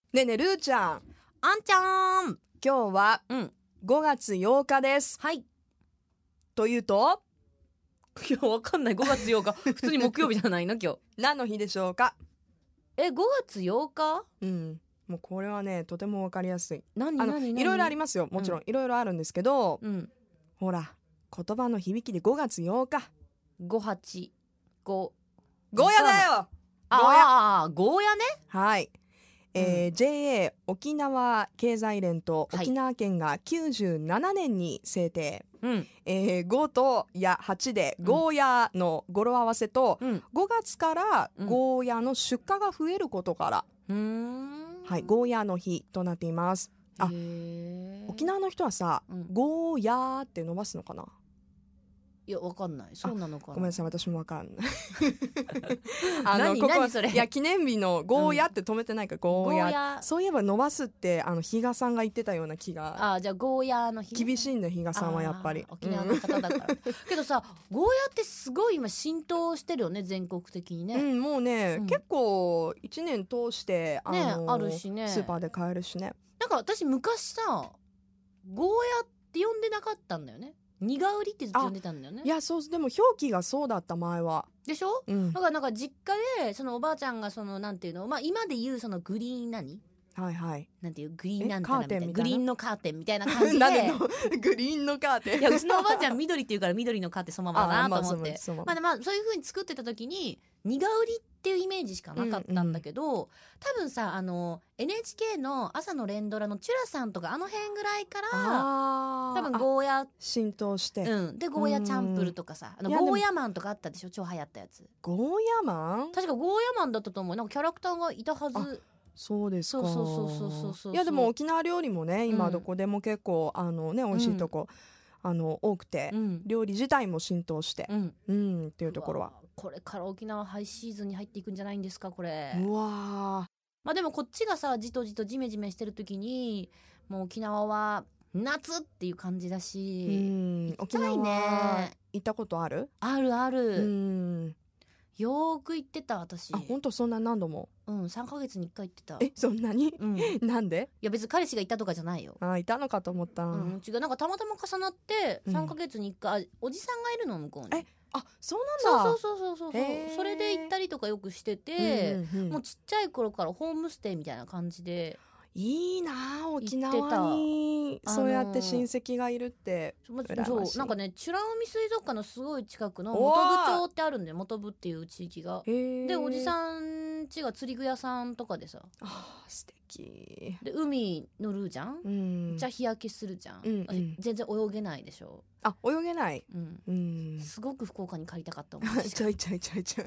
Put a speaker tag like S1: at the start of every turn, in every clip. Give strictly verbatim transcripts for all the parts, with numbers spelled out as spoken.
S1: ねえねえるーちゃん、
S2: あんちゃん。
S1: 今日は
S2: うん
S1: ごがつようかです。
S2: はい。
S1: というと
S2: いやわかんない。ごがつようか普通に木曜日じゃないの今日。
S1: 何の日でしょうか。
S2: えごがつようか。
S1: うんもうこれはねとてもわかりやすい。あの
S2: 何何何
S1: いろいろありますよ、もちろん、いろいろあるんですけど、
S2: うん。
S1: ほら言葉の響きでごがつようか、
S2: ごはちご
S1: ゴーヤだよ。ゴーヤ、
S2: ああゴーヤね。
S1: はい、えー
S2: うん
S1: ジェイエー 沖縄経済連と
S2: はい
S1: 沖縄県がきゅうじゅうななねんに制定、
S2: うん
S1: えー、ごとやはちでゴーヤの語呂合わせと、
S2: うん
S1: ごがつからゴーヤの出荷が増えることから、
S2: うーん
S1: はい、ゴーヤの日となっています。あ、
S2: へー
S1: 沖縄の人はさ、
S2: うん
S1: ゴーヤーって伸ばすのかな。
S2: いやわかんない。そうなのかな。
S1: ごめんなさい、私もわかんないあの
S2: 何
S1: ここ
S2: 何それ。
S1: いや記念日のゴーヤって止めてないから、ゴーヤ、
S2: ゴーヤ
S1: そういえば伸ばすってあの比嘉さんが言ってたような気が。
S2: あじゃあゴーヤの日ね。
S1: 厳しいんだ比嘉さんはやっぱり
S2: あー沖縄の方だから、けどさゴーヤってすごい今浸透してるよね、全国的にね。
S1: うん、うん、もうね、
S2: うん
S1: 結構いちねん通してあの
S2: ねあるしね
S1: スーパーで買えるしね。
S2: なんか私昔さゴーヤって呼んでなかったんだよね。苦売りってずっと呼んでたんだよね。
S1: いやそうでも表記がそうだった前は、
S2: でしょ。
S1: うん
S2: だ、からなんか実家でそのおばあちゃんがそのなんていうの、まあ今で言うそのグリーン何
S1: はいはい
S2: なんていうグリーンなんたらみたいな
S1: えカーテンみたいな
S2: グリーンのカーテンみたいな感じで
S1: なんでのグリーンのカーテン。
S2: いやうちのおばあちゃん緑っていうから緑のカーテンそのままだなと思って、
S1: あーまあそうそう
S2: まあでまあそういう風に作ってた時に苦売りっていうイメージしかなかったんだけど、多分さあの エヌエイチケー の朝の連ドラのチュラさんとかあの辺ぐらいから
S1: あー
S2: 多分
S1: あ
S2: ゴーヤ、
S1: 浸透して、
S2: うん、でゴーヤチャンプルとかさ、あの
S1: いやでも
S2: ゴーヤマンとかあったでしょ、超流行ったやつ。
S1: ゴーヤマン。
S2: 確かゴーヤマンだったと思う。なんかキャラクターがいたはず。
S1: そうですか。
S2: そうそうそうそうそうそう。
S1: いやでも沖縄料理もね今
S2: うん
S1: どこでも結構あのね美味しいとこ、あの多くて、
S2: うん
S1: 料理自体も浸透して
S2: う、ん、
S1: うん、っていうところは
S2: うわこれから沖縄ハイシーズンに入っていくんじゃないんですかこれ。
S1: うわ
S2: まあでもこっちがさじとじとジメジメしてる時にもう沖縄は夏っていう感じだ
S1: ー、う
S2: し、
S1: ん、
S2: 行きたい
S1: 沖縄
S2: ね。
S1: 行ったことある？
S2: あるあ
S1: う
S2: る、
S1: ん、
S2: よーく行ってた私。
S1: あ本当そんな何度も？
S2: うんさんかげつにいっかい行ってた。
S1: えそんなに？
S2: うん、い
S1: なんで？
S2: や別に彼氏がいたとかじゃないよ。
S1: あいたのかと思った、
S2: うん、違う、なんかたまたま重なって
S1: うん
S2: さんかげつにいっかい、おじさんがいるの向こうに。
S1: えあそうなんだ。
S2: そうそうそうそうそう、
S1: へー
S2: それで行ったりとかよくしてて、
S1: うんうんうん
S2: もうちっちゃい頃からホームステイみたいな感じで。
S1: いいなあ沖
S2: 行ってた
S1: 縄に
S2: あのー
S1: そうやって親戚がいるって。
S2: ま
S1: 羨ましい
S2: そうなんかね美ら海水族館のすごい近くの
S1: おー
S2: 本部町ってあるんで、本部っていう地域が。
S1: へー
S2: でおじさん家が釣り具屋さんとかでさ、
S1: あー素敵。
S2: で海乗るじゃん、
S1: うん
S2: じゃあ日焼けするじゃん、
S1: うんうん
S2: 私全然泳げないでしょ、
S1: あ泳げない。
S2: うん
S1: うん
S2: すごく福岡に帰りたかったもん
S1: ちょいちょいちょいちょい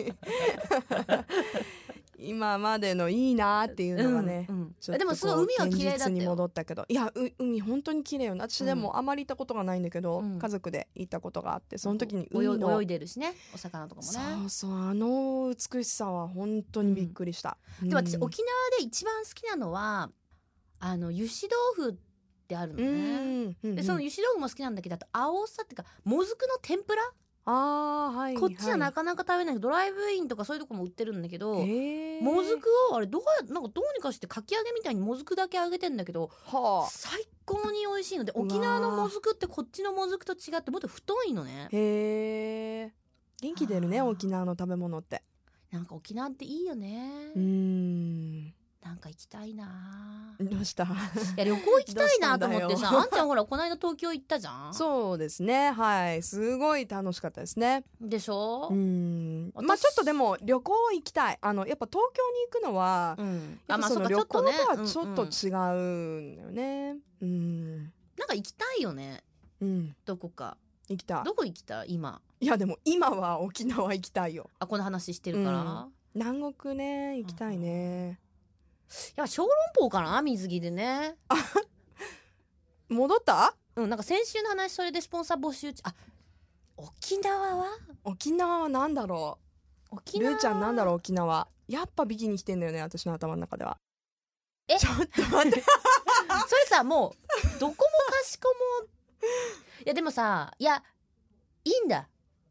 S1: 今までのいいなっていうのがね、
S2: うんうん
S1: ちょっと
S2: でもすごい海は綺麗だった
S1: 現実に
S2: よ。
S1: 戻ったけど、いやう海本当に綺麗よね。私でもあまり行ったことがないんだけど、
S2: うん
S1: 家族で行ったことがあって、その時に
S2: 泳
S1: 海の
S2: 泳いでるしね、お魚とかもね。
S1: そうそうあの美しさは本当にびっくりした、うん
S2: でも私沖縄で一番好きなのはあの油脂豆腐ってあるのね、
S1: うんうんうん
S2: でその油脂豆腐も好きなんだけど、あと青さっていうかもずくの天ぷら、
S1: あーはい
S2: こっちはな
S1: く
S2: かなか食べないけど、ドライブインとかそういうとこも売ってるんだけど、
S1: へー
S2: もずくをあれどうやなんかどうにかしてかき揚げみたいにもずくだけ揚げてんだけど
S1: はあ
S2: 最高に美味しいので、
S1: うわー
S2: 沖縄のもずくってこっちのもずくと違ってもっと太いのね。
S1: へえ元気出るね
S2: はあ
S1: 沖縄の食べ物って。
S2: なんか沖縄っていいよね、
S1: うーん
S2: なんか行きたいな。
S1: どうした
S2: いや旅行行きたいなと思って
S1: どうしたんだよ
S2: さ、あんちゃんほらこの間東京行ったじゃん。
S1: そうですねはいすごい楽しかったですね。
S2: でしょ、
S1: うーん
S2: 私
S1: まあちょっとでも旅行行きたい。あのやっぱ東京に行くのは、
S2: うん、
S1: やっぱその
S2: あまあそうか
S1: 旅行と
S2: ちょっとね
S1: はちょっと
S2: うんうん
S1: 違うんだよね。うん
S2: なんか行きたいよね、
S1: うん
S2: どこか。
S1: 行きたい。
S2: どこ行きたい今。
S1: いやでも今は沖縄行きたいよ。
S2: あこの話してるから、
S1: 南国ね行きたいね。
S2: いや小籠包かな、水着でね。
S1: 戻った？
S2: うん、なんか先週の話それでスポンサー募集中。あ沖縄は
S1: 沖縄はなんだろ
S2: 沖縄
S1: うルーちゃんなんだろう沖縄やっぱビキニ着てんだよね私の頭の中では。
S2: え
S1: ちょっと待って
S2: それさもうどこもかしこもいやでもさいやいいんだ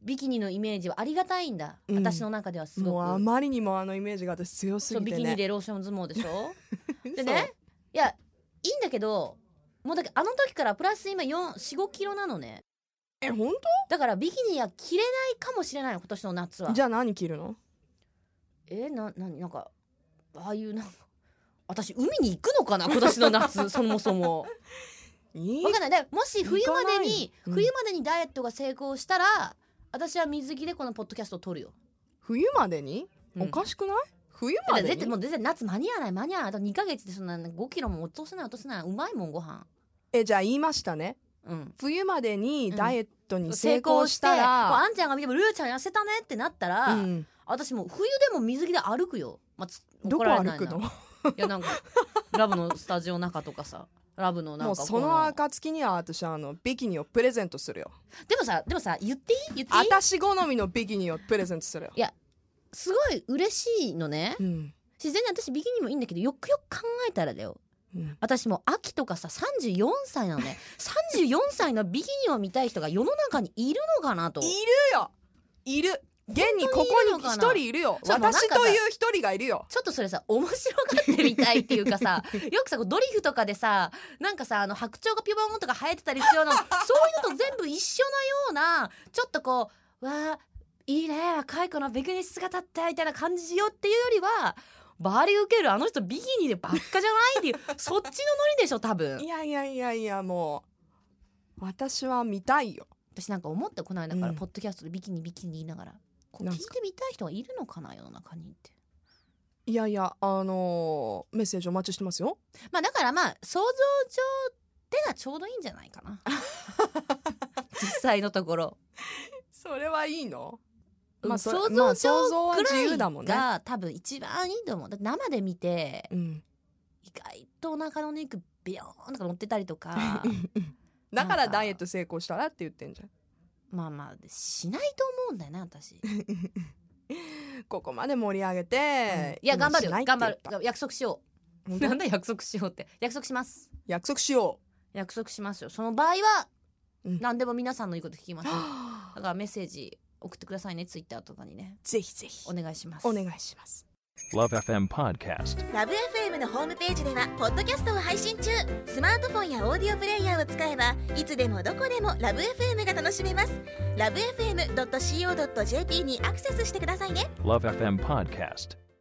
S2: ビキニのイメージはありがたいんだ、
S1: うん、
S2: 私の中ではすごく。
S1: もうあまりにもあのイメージが私強すぎてね。
S2: そうビキニでローション相撲でしょでね、いやいいんだけど、もうだけあの時からプラス今よん、よん、ごキロなのね。
S1: え本当？
S2: だからビキニは着れないかもしれないの今年の夏は。
S1: じゃあ何着るの？
S2: えなななんかああいうなんか私海に行くのかな今年の夏そもそも
S1: いい
S2: 分かんない。でもし冬までに、
S1: うん、
S2: 冬までにダイエットが成功したら私は水着でこのポッドキャストを撮るよ。
S1: 冬までに、うん、おかしくない？冬までに
S2: 絶対もう全然夏間に合わない間に合わない。あとにかげつでそんなごキロも落とせない落とせない。うまいもんご飯。
S1: えじゃあ言いましたね、うん、冬までにダイエットに成功したら、
S2: うん、あんちゃんが見てもルーちゃん痩せたねってなったら、うん、私もう冬でも水着で歩くよ、まあ、
S1: どこ歩くの？
S2: いやなんかラブのスタジオの中とかさ、ラブのなんか
S1: もうその暁には私はあのビキニをプレゼントするよ。
S2: でもさでもさ言っていい言っていい？
S1: 私好みのビキニをプレゼントするよ。
S2: いやすごい嬉しいのね、うん、自然に私ビキニもいいんだけどよくよく考えたらだよ、うん、私もう秋とかささんじゅうよんさいなのねさんじゅうよんさいのビキニを見たい人が世の中にいるのかなと。
S1: いるよいる。現にここに一人いるよ。私という一人がいるよ。
S2: ちょっとそれさ面白がってみたいっていうかさよくさドリフとかでさなんかさあの白鳥がピョボンとか生えてたりするようなそういうのと全部一緒のようなちょっとこうわーいいね若い子のビキニ姿ってみたいな感じよっていうよりはバリ受けるあの人ビキニでばっかじゃないっていうそっちのノリでしょ多分。
S1: いやいやいやいやもう私は見たいよ。
S2: 私なんか思ったこの間から、うん、ポッドキャストでビキニビキニ言いながらこう聞いてみたい人はいるのかな世の中にって。
S1: いやいやあのー、メッセージお待ちしてますよ。
S2: まあだからまあ想像上でがちょうどいいんじゃないかな実際のところ。
S1: それはいいの？
S2: まあ、想像上くらいが多分一番いいと思う。だって生で見て、うん、意外とお腹の肉ビヨーンとか乗ってたりとか
S1: だからダイエット成功したらって言ってんじゃん。
S2: まあまあしないと思うんだよな私
S1: ここまで盛り上げて、
S2: うん、いや頑張るよ頑張る約束しようなんだ約束しようって約束します
S1: 約束しよ
S2: う約束しますよ。その場合は、うん、何でも皆さんの言うこと聞きますよだからメッセージ送ってくださいねツイッターとかにね。
S1: ぜひぜひ
S2: お願いします。
S1: お願いします。
S3: ラブエフエム Podcast
S4: ラブ エフエム のホームページではポッドキャストを配信中。スマートフォンやオーディオプレイヤーを使えばいつでもどこでもラブ エフエム が楽しめます。 ラブエフエムドットシーオードットジェーピー にアクセスしてくださいね。
S3: ラブエフエム Podcast